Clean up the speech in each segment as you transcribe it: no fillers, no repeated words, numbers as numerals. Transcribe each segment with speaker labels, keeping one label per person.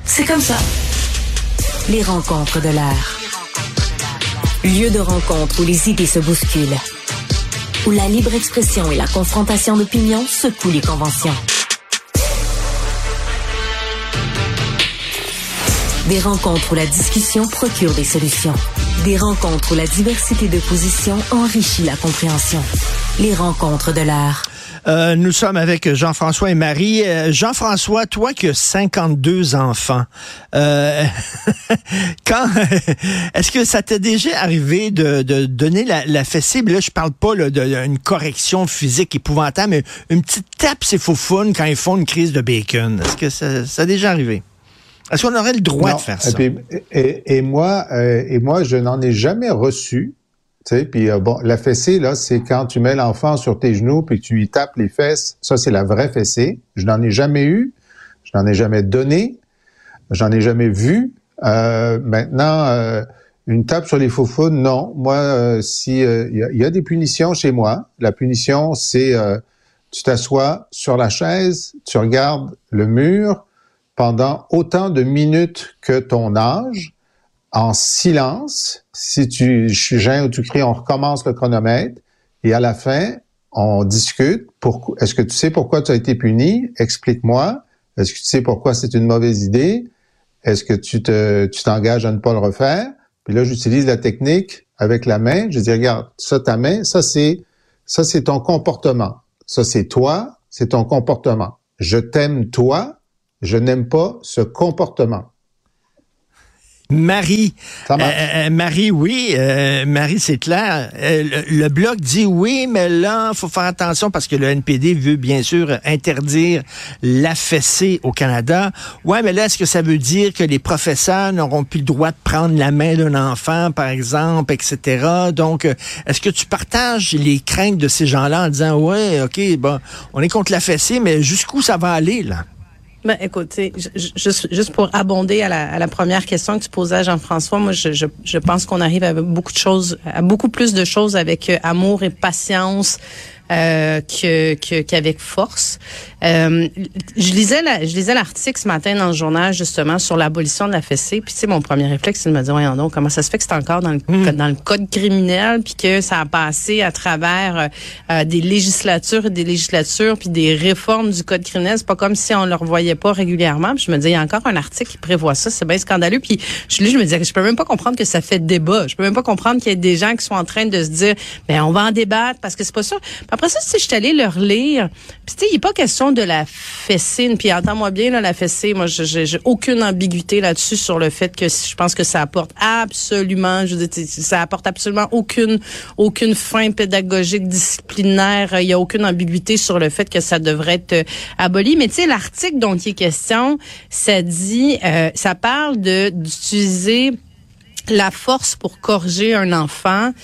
Speaker 1: C'est comme ça. Les rencontres de l'heure. Lieu de rencontre où les idées se bousculent. Où la libre expression et la confrontation d'opinions secouent les conventions. Des rencontres où la discussion procure des solutions. Des rencontres où la diversité de positions enrichit la compréhension. Les rencontres de l'heure.
Speaker 2: Nous sommes avec Jean-François et Marie. Jean-François, toi qui as 52 enfants, est-ce que ça t'est déjà arrivé de donner la fessée? Là, je parle pas d'une correction physique épouvantable, mais une petite tape c'est faufounes quand ils font une crise de bacon. Est-ce que ça a déjà arrivé? Est-ce qu'on aurait le droit de faire ça?
Speaker 3: Et moi, je n'en ai jamais reçu. Tu sais, puis bon, la fessée, là, c'est quand tu mets l'enfant sur tes genoux puis que tu lui tapes les fesses. Ça, c'est la vraie fessée. Je n'en ai jamais eu. Je n'en ai jamais donné. J'en ai jamais vu. Maintenant, une tape sur les faufounes, non. Moi, il y a des punitions chez moi. La punition, c'est tu t'assois sur la chaise, tu regardes le mur pendant autant de minutes que ton âge, en silence. Si tu gênes ou tu cries, on recommence le chronomètre. Et à la fin, on discute. Est-ce que tu sais pourquoi tu as été puni? Explique-moi. Est-ce que tu sais pourquoi c'est une mauvaise idée? Est-ce que tu t'engages à ne pas le refaire? Puis là, j'utilise la technique avec la main. Je dis, regarde, ça, ta main, ça, c'est ton comportement. Ça, c'est toi, c'est ton comportement. Je t'aime toi, je n'aime pas ce comportement.
Speaker 2: Marie, oui, Marie, c'est clair. Le Bloc dit oui, mais là, il faut faire attention parce que le NPD veut bien sûr interdire la fessée au Canada. Ouais, mais là, est-ce que ça veut dire que les professeurs n'auront plus le droit de prendre la main d'un enfant, par exemple, etc.? Donc, est-ce que tu partages les craintes de ces gens-là en disant, ouais, OK, bon, on est contre la fessée, mais jusqu'où ça va aller, là?
Speaker 4: Ben, écoute, juste pour abonder à la première question que tu posais à Jean-François, moi, je pense qu'on arrive à beaucoup plus de choses avec amour et patience, qu'avec force. Je lisais l'article ce matin dans le journal, justement, sur l'abolition de la fessée. Puis, tu sais, mon premier réflexe, c'est de me dire, voyons donc, comment ça se fait que c'est encore dans le code criminel, puis que ça a passé à travers des législatures, puis des réformes du code criminel. C'est pas comme si on le revoyait pas régulièrement. Puis je me disais, il y a encore un article qui prévoit ça. C'est bien scandaleux. Puis je me disais, je peux même pas comprendre que ça fait débat. Je peux même pas comprendre qu'il y ait des gens qui sont en train de se dire, ben on va en débattre parce que c'est pas sûr. Puis après ça, je suis allée le relire. Puis tu sais, il est pas question de la fessée. Puis entends-moi bien, là, la fessée, moi, j'ai aucune ambiguïté là-dessus sur le fait que je pense que ça apporte absolument, ça apporte absolument aucune fin pédagogique, disciplinaire. Il y a aucune ambiguïté sur le fait que ça devrait être aboli. Mais tu sais, l'article dont il est question, ça dit, ça parle d'utiliser la force pour corriger un enfant,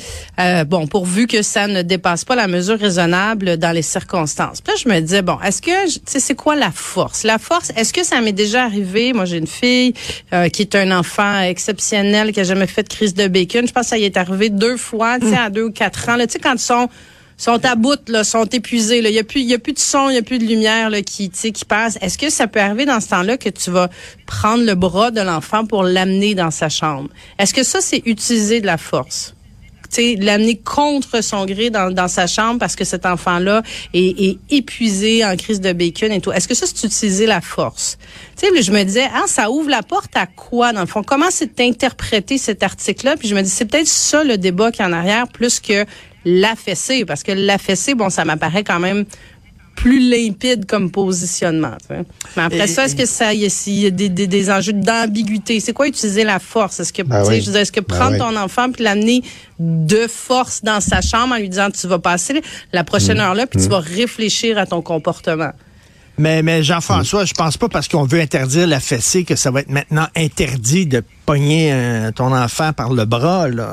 Speaker 4: pourvu que ça ne dépasse pas la mesure raisonnable dans les circonstances. Puis là, je me disais, bon, est-ce que, tu sais, c'est quoi la force? La force, est-ce que ça m'est déjà arrivé? Moi, j'ai une fille qui est un enfant exceptionnel, qui a jamais fait de crise de bacon. Je pense que ça y est arrivé 2 fois, tu sais, à 2 ou 4 ans. Là, tu sais, quand ils sont à bout, là, sont épuisés, là. Il y a plus de son, il y a plus de lumière, là, qui passe. Est-ce que ça peut arriver dans ce temps-là que tu vas prendre le bras de l'enfant pour l'amener dans sa chambre? Est-ce que ça, c'est utiliser de la force? Tu sais, l'amener contre son gré dans sa chambre parce que cet enfant-là est épuisé en crise de bacon et tout. Est-ce que ça, c'est utiliser la force? Tu sais, je me disais, ça ouvre la porte à quoi, dans le fond? Comment c'est interprété cet article-là? Puis je me dis, c'est peut-être ça le débat qui est en arrière, plus que la fessée, parce que la fessée, bon, ça m'apparaît quand même plus limpide comme positionnement. Tu sais. Mais après ça, est-ce que il y a des enjeux d'ambiguïté? C'est quoi utiliser la force? Est-ce que, je veux dire, est-ce que prendre ton enfant puis l'amener de force dans sa chambre en lui disant tu vas passer la prochaine heure là puis tu vas réfléchir à ton comportement?
Speaker 2: Mais Jean-François, je pense pas parce qu'on veut interdire la fessée que ça va être maintenant interdit de pogner ton enfant par le bras, là.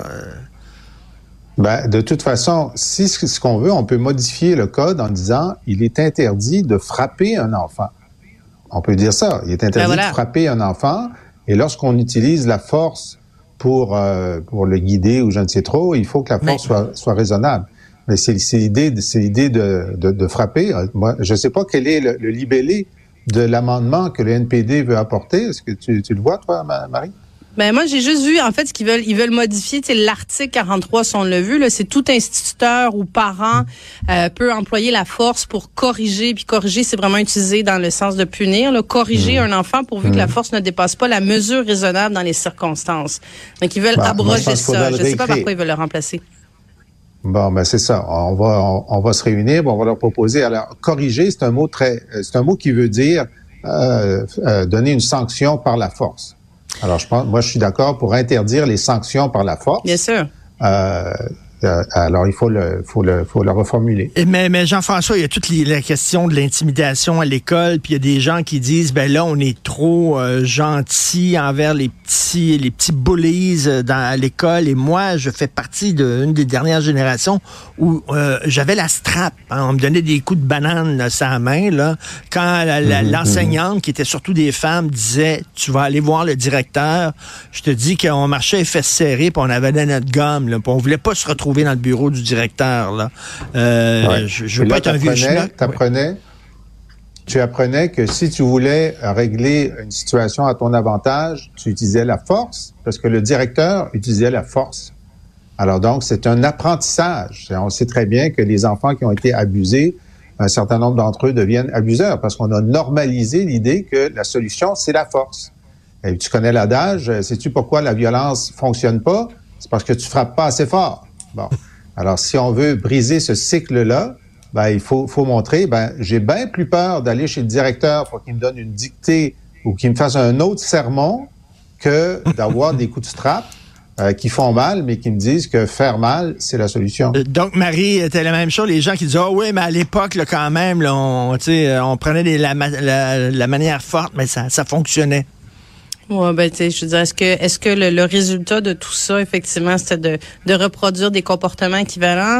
Speaker 3: Ben, de toute façon, si ce qu'on veut, on peut modifier le code en disant il est interdit de frapper un enfant. On peut dire ça. Il est interdit de frapper un enfant. Et lorsqu'on utilise la force pour le guider ou je ne sais trop, il faut que la force soit raisonnable. Mais c'est l'idée de frapper. Moi, je sais pas quel est le libellé de l'amendement que le NPD veut apporter? Est-ce que tu le vois, toi, Marie?
Speaker 4: Ben moi, j'ai juste vu, en fait, ce qu'ils veulent. Ils veulent modifier, l'article 43, si on l'a vu, là, c'est tout instituteur ou parent peut employer la force pour corriger. Puis corriger, c'est vraiment utilisé dans le sens de punir. Là, corriger un enfant pourvu que la force ne dépasse pas la mesure raisonnable dans les circonstances. Donc, ils veulent abroger ça. Je ne sais pas par quoi ils veulent le remplacer.
Speaker 3: Bon, ben c'est ça. On va se réunir, on va leur proposer. Alors, corriger, c'est un mot qui veut dire donner une sanction par la force. Alors, moi, je suis d'accord pour interdire les sanctions par la force.
Speaker 4: Bien sûr.
Speaker 3: Alors, il faut le reformuler.
Speaker 2: Mais Jean-François, il y a toute la question de l'intimidation à l'école, puis il y a des gens qui disent, ben là, on est trop gentil envers les petits bullies à l'école. Et moi, je fais partie d'une des dernières générations où j'avais la strap. Hein, on me donnait des coups de banane là, sur la main, là, quand l'enseignante, qui était surtout des femmes, disait, tu vas aller voir le directeur. Je te dis qu'on marchait les fesses serrées, puis on avait notre gomme, là, puis on voulait pas se retrouver dans le bureau du directeur. Là. Je veux pas être un vieux schnock.
Speaker 3: Tu apprenais que si tu voulais régler une situation à ton avantage, tu utilisais la force, parce que le directeur utilisait la force. Alors donc, c'est un apprentissage. On sait très bien que les enfants qui ont été abusés, un certain nombre d'entre eux deviennent abuseurs, parce qu'on a normalisé l'idée que la solution, c'est la force. Et tu connais l'adage, sais-tu pourquoi la violence fonctionne pas? C'est parce que tu frappes pas assez fort. Bon. Alors, si on veut briser ce cycle-là, ben, il faut montrer, ben, j'ai bien plus peur d'aller chez le directeur pour qu'il me donne une dictée ou qu'il me fasse un autre sermon que d'avoir des coups de strap qui font mal, mais qui me disent que faire mal, c'est la solution.
Speaker 2: Donc, Marie, c'était la même chose. Les gens qui disent, ah oui, mais à l'époque, là, quand même, là, on prenait la manière forte, mais ça fonctionnait.
Speaker 4: Ouais, ben, tu sais, je veux dire, est-ce que le résultat de tout ça, effectivement, c'était de reproduire des comportements équivalents,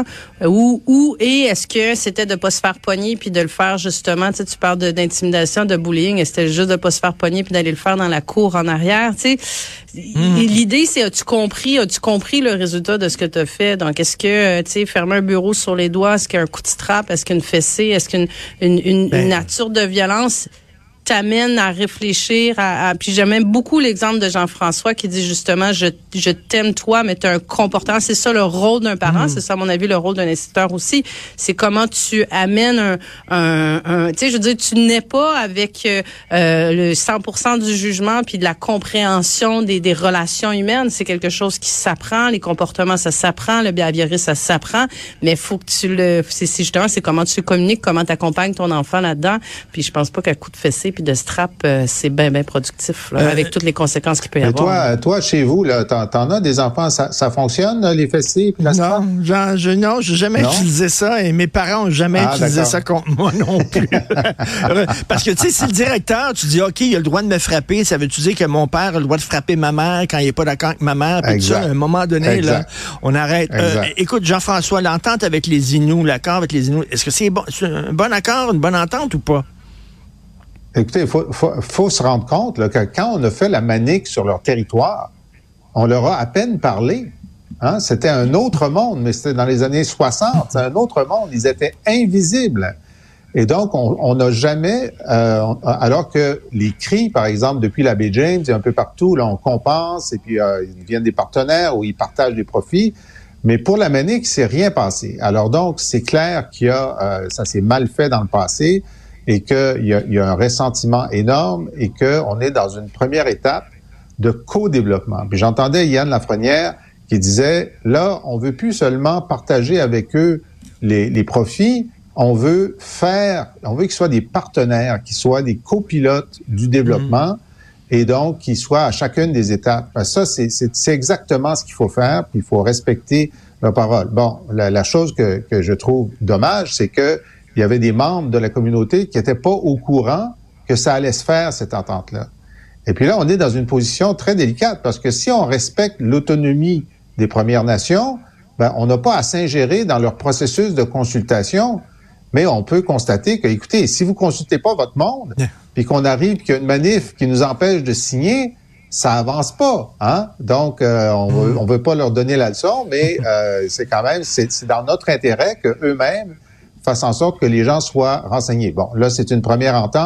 Speaker 4: et est-ce que c'était de pas se faire pogner puis de le faire justement, tu sais, tu parles d'intimidation, de bullying, et c'était juste de pas se faire pogner puis d'aller le faire dans la cour en arrière, tu sais. L'idée, c'est, as-tu compris le résultat de ce que tu as fait? Donc, est-ce que, tu sais, fermer un bureau sur les doigts, est-ce qu'un coup de strap, est-ce qu'une fessée, est-ce qu'une nature de violence t'amène à réfléchir puis j'aime même beaucoup l'exemple de Jean-François qui dit justement je t'aime toi mais t'as un comportement, c'est ça le rôle d'un parent, c'est ça à mon avis le rôle d'un instituteur aussi, c'est comment tu amènes un tu sais je veux dire tu n'es pas avec le 100% du jugement puis de la compréhension des relations humaines, c'est quelque chose qui s'apprend, les comportements ça s'apprend, le behaviorisme ça s'apprend, mais faut que c'est justement c'est comment tu communiques, comment tu accompagnes ton enfant là-dedans, puis je pense pas qu'à coup de fessée puis de strap, c'est bien productif, là, avec toutes les conséquences qu'il peut y avoir.
Speaker 3: Toi, chez vous, là, t'en as des enfants, ça fonctionne, là, les fessiers puis la strap?
Speaker 2: Non, j'ai jamais utilisé ça et mes parents ont jamais utilisé ça contre moi non plus. Parce que, tu sais, si le directeur, tu dis, OK, il a le droit de me frapper, ça veut-tu dire que mon père a le droit de frapper ma mère quand il n'est pas d'accord avec ma mère? Puis tout ça, à un moment donné, là, on arrête. Écoute, Jean-François, l'entente avec les Inuits, l'accord avec les Inuits, est-ce que c'est un bon accord, une bonne entente ou pas?
Speaker 3: Écoutez, faut se rendre compte là, que quand on a fait la manique sur leur territoire, on leur a à peine parlé. Hein? C'était un autre monde, mais c'était dans les années 60. C'est un autre monde. Ils étaient invisibles. Et donc, on n'a jamais... alors que les cris, par exemple, depuis la baie James et un peu partout, là, on compense et puis ils deviennent des partenaires ou ils partagent des profits. Mais pour la manique, c'est rien passé. Alors donc, c'est clair qu'il y a... ça s'est mal fait dans le passé et qu'il y a un ressentiment énorme et qu'on est dans une première étape de co-développement. Puis j'entendais Yann Lafrenière qui disait, là, on veut plus seulement partager avec eux les profits, on veut qu'ils soient des partenaires, qu'ils soient des copilotes du développement et donc qu'ils soient à chacune des étapes. Ça, c'est exactement ce qu'il faut faire, puis il faut respecter leur parole. Bon, la chose que je trouve dommage, c'est que il y avait des membres de la communauté qui n'étaient pas au courant que ça allait se faire, cette entente-là. Et puis là, on est dans une position très délicate parce que si on respecte l'autonomie des Premières Nations, ben, on n'a pas à s'ingérer dans leur processus de consultation, mais on peut constater que, écoutez, si vous consultez pas votre monde, puis qu'on arrive, qu'il y a une manif qui nous empêche de signer, ça avance pas, hein? Donc, on veut pas leur donner la leçon, mais c'est quand même, c'est dans notre intérêt que eux-mêmes fassent en sorte que les gens soient renseignés. Bon, là, c'est une première entente.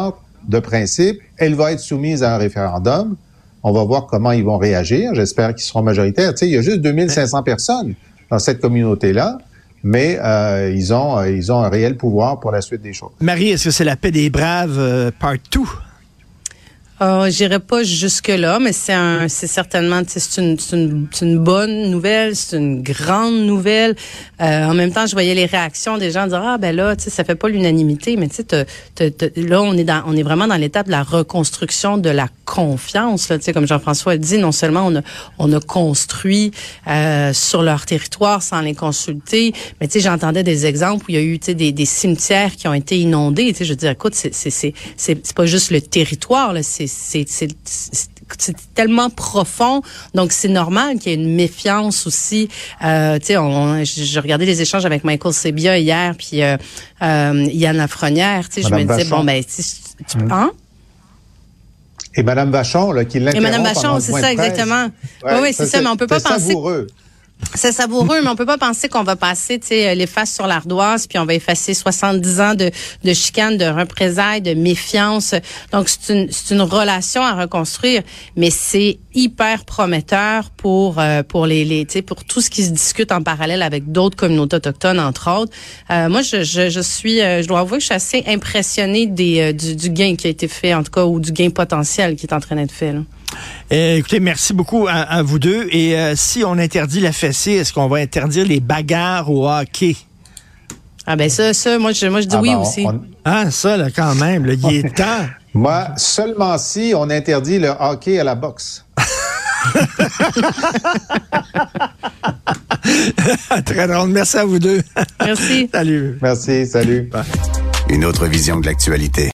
Speaker 3: de principe. Elle va être soumise à un référendum. On va voir comment ils vont réagir. J'espère qu'ils seront majoritaires. Tu sais, il y a juste 2500 personnes dans cette communauté-là, mais ils ont un réel pouvoir pour la suite des choses.
Speaker 2: Marie, est-ce que c'est la paix des braves part 2?
Speaker 4: J'irai pas jusque-là, mais c'est certainement, c'est une bonne nouvelle, c'est une grande nouvelle. En même temps, je voyais les réactions des gens dire, ah, ben là, tu sais, ça fait pas l'unanimité, mais tu sais, là, on est vraiment dans l'étape de la reconstruction de la confiance, là, tu sais, comme Jean-François a dit, non seulement on a construit, sur leur territoire sans les consulter, mais tu sais, j'entendais des exemples où il y a eu, tu sais, des cimetières qui ont été inondés, tu sais, je veux dire, écoute, c'est pas juste le territoire, là, c'est tellement profond, donc c'est normal qu'il y ait une méfiance aussi. Tu sais, je regardais les échanges avec Michael Sebia hier, puis Yann Lafrenière, tu sais, je me disais, bon, ben, hein?
Speaker 3: Et Mme Vachon, là, qui l'interrompt.
Speaker 4: Et Mme Vachon, c'est ça, exactement. Oui, c'est ça, mais on peut pas penser...
Speaker 3: Savoureux.
Speaker 4: C'est savoureux, mais on peut pas penser qu'on va passer, tu sais, les faces sur l'ardoise, puis on va effacer 70 ans de chicanes, de représailles, de méfiance. Donc c'est une relation à reconstruire, mais c'est hyper prometteur pour les tu sais, pour tout ce qui se discute en parallèle avec d'autres communautés autochtones, entre autres. Moi, je dois avouer que je suis assez impressionnée du gain qui a été fait, en tout cas, ou du gain potentiel qui est en train d'être fait, là.
Speaker 2: Écoutez, merci beaucoup à vous deux. Et si on interdit la fessée, est-ce qu'on va interdire les bagarres au hockey?
Speaker 4: Ah ben ça, moi je dis oui aussi.
Speaker 2: Ah, ça, là, quand même, là, il est temps.
Speaker 3: Moi, seulement si on interdit le hockey à la boxe.
Speaker 2: Très drôle. Merci à vous deux.
Speaker 4: Merci.
Speaker 2: Salut.
Speaker 3: Merci, salut.
Speaker 5: Une autre vision de l'actualité.